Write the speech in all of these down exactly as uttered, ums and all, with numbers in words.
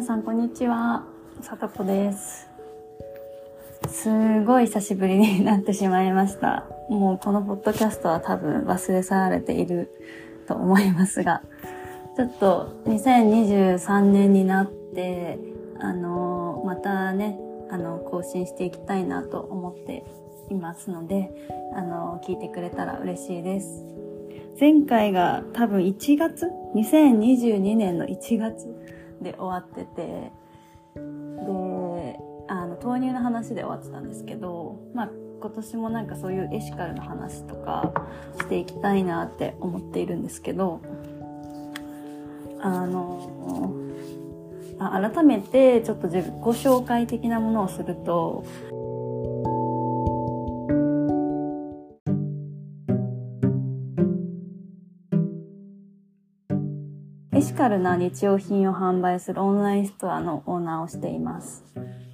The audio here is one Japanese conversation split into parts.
さんこんにちは、さとこです。すごい久しぶりになってしまいました。もうこのポッドキャストは多分忘れ去られていると思いますが、ちょっとにせんにじゅうさんねんになってあのまたねあの更新していきたいなと思っていますので、あの聞いてくれたら嬉しいです。前回が多分いちがつにせんにじゅうにねんのいちがつで終わってて、であの豆乳の話で終わってたんですけど、まあ今年もなんかそういうエシカルな話とかしていきたいなって思っているんですけど、あのあ改めてちょっと自己紹介的なものをすると、エシカルな日用品を販売するオンラインストアのオーナーをしています。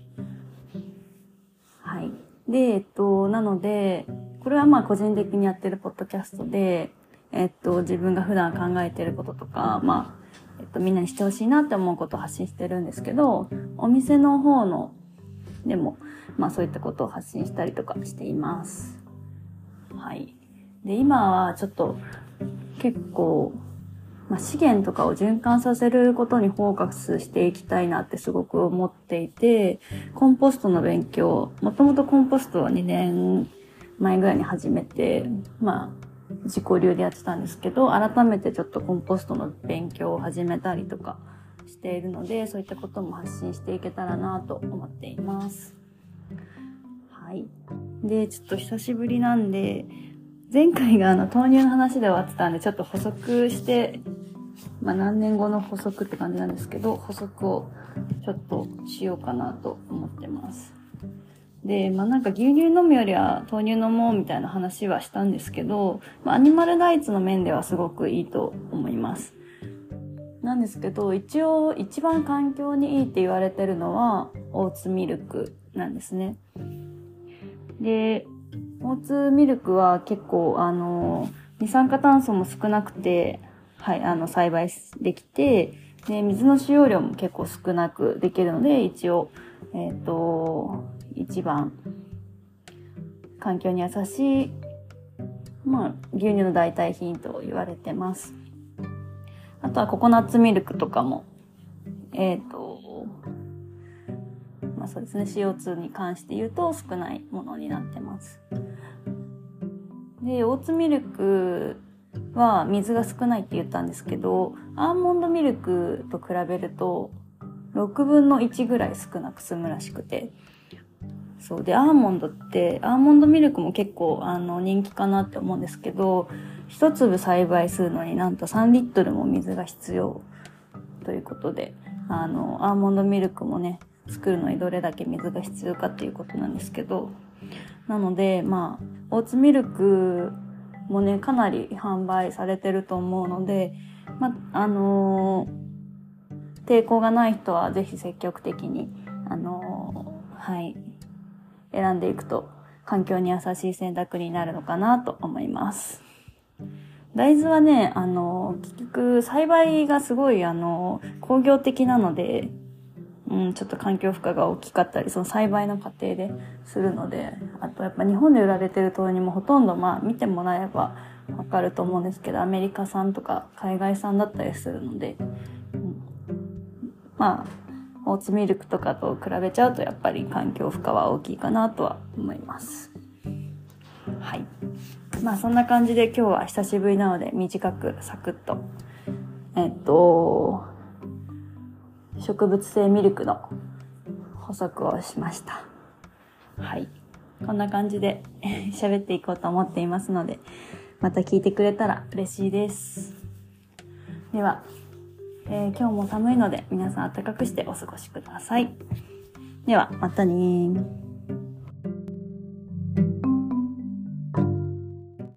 はい。で、えっと、なので、これはまあ個人的にやってるポッドキャストで、えっと、自分が普段考えてることとか、まあ、えっと、みんなにしてほしいなって思うことを発信してるんですけど、お店の方の、でも、まあそういったことを発信したりとかしています。はい。で、今はちょっと、結構、まあ、資源とかを循環させることにフォーカスしていきたいなってすごく思っていて、コンポストの勉強、もともとコンポストはにねんまえぐらいに始めて、まあ自己流でやってたんですけど、改めてちょっとコンポストの勉強を始めたりとかしているので、そういったことも発信していけたらなと思っています。はい。で、ちょっと久しぶりなんで、前回があの豆乳の話で終わってたんで、ちょっと補足して、まあ何年後の補足って感じなんですけど、補足をちょっとしようかなと思ってます。で、まあなんか牛乳飲むよりは豆乳飲もうみたいな話はしたんですけど、まあアニマルライツの面ではすごくいいと思います。なんですけど、一応一番環境にいいって言われてるのはオーツミルクなんですね。で、オーツミルクは結構あの二酸化炭素も少なくて、はい、あの栽培できて、で水の使用量も結構少なくできるので、一応えっと一番環境に優しい、まあ牛乳の代替品と言われてます。あとはココナッツミルクとかもえっとまあそうですね、シーオーツー に関して言うと少ないものになってます。で、オーツミルクは水が少ないって言ったんですけど、アーモンドミルクと比べるとろくぶんのいちぐらい少なく済むらしくて、そうで、アーモンドってアーモンドミルクも結構あの人気かなって思うんですけど、一粒栽培するのになんとさんリットルも水が必要ということで、あのアーモンドミルクもね作るのにどれだけ水が必要かっていうことなんですけど、なのでまあオーツミルクもねかなり販売されてると思うので、まあのー、抵抗がない人はぜひ積極的にあのー、はい選んでいくと環境に優しい選択になるのかなと思います。大豆はね、あのー、結局栽培がすごいあのー、工業的なので、うん、ちょっと環境負荷が大きかったり、その栽培の過程でするので、あとやっぱ日本で売られてる豆乳もほとんどまあ見てもらえばわかると思うんですけど、アメリカ産とか海外産だったりするので、うん、まあオーツミルクとかと比べちゃうとやっぱり環境負荷は大きいかなとは思います。はい。まあそんな感じで今日は久しぶりなので短くサクッと、えっと、植物性ミルクの補足をしました。はい。こんな感じで喋っていこうと思っていますので、また聞いてくれたら嬉しいです。では、えー、今日も寒いので皆さん暖かくしてお過ごしください。では、またねー。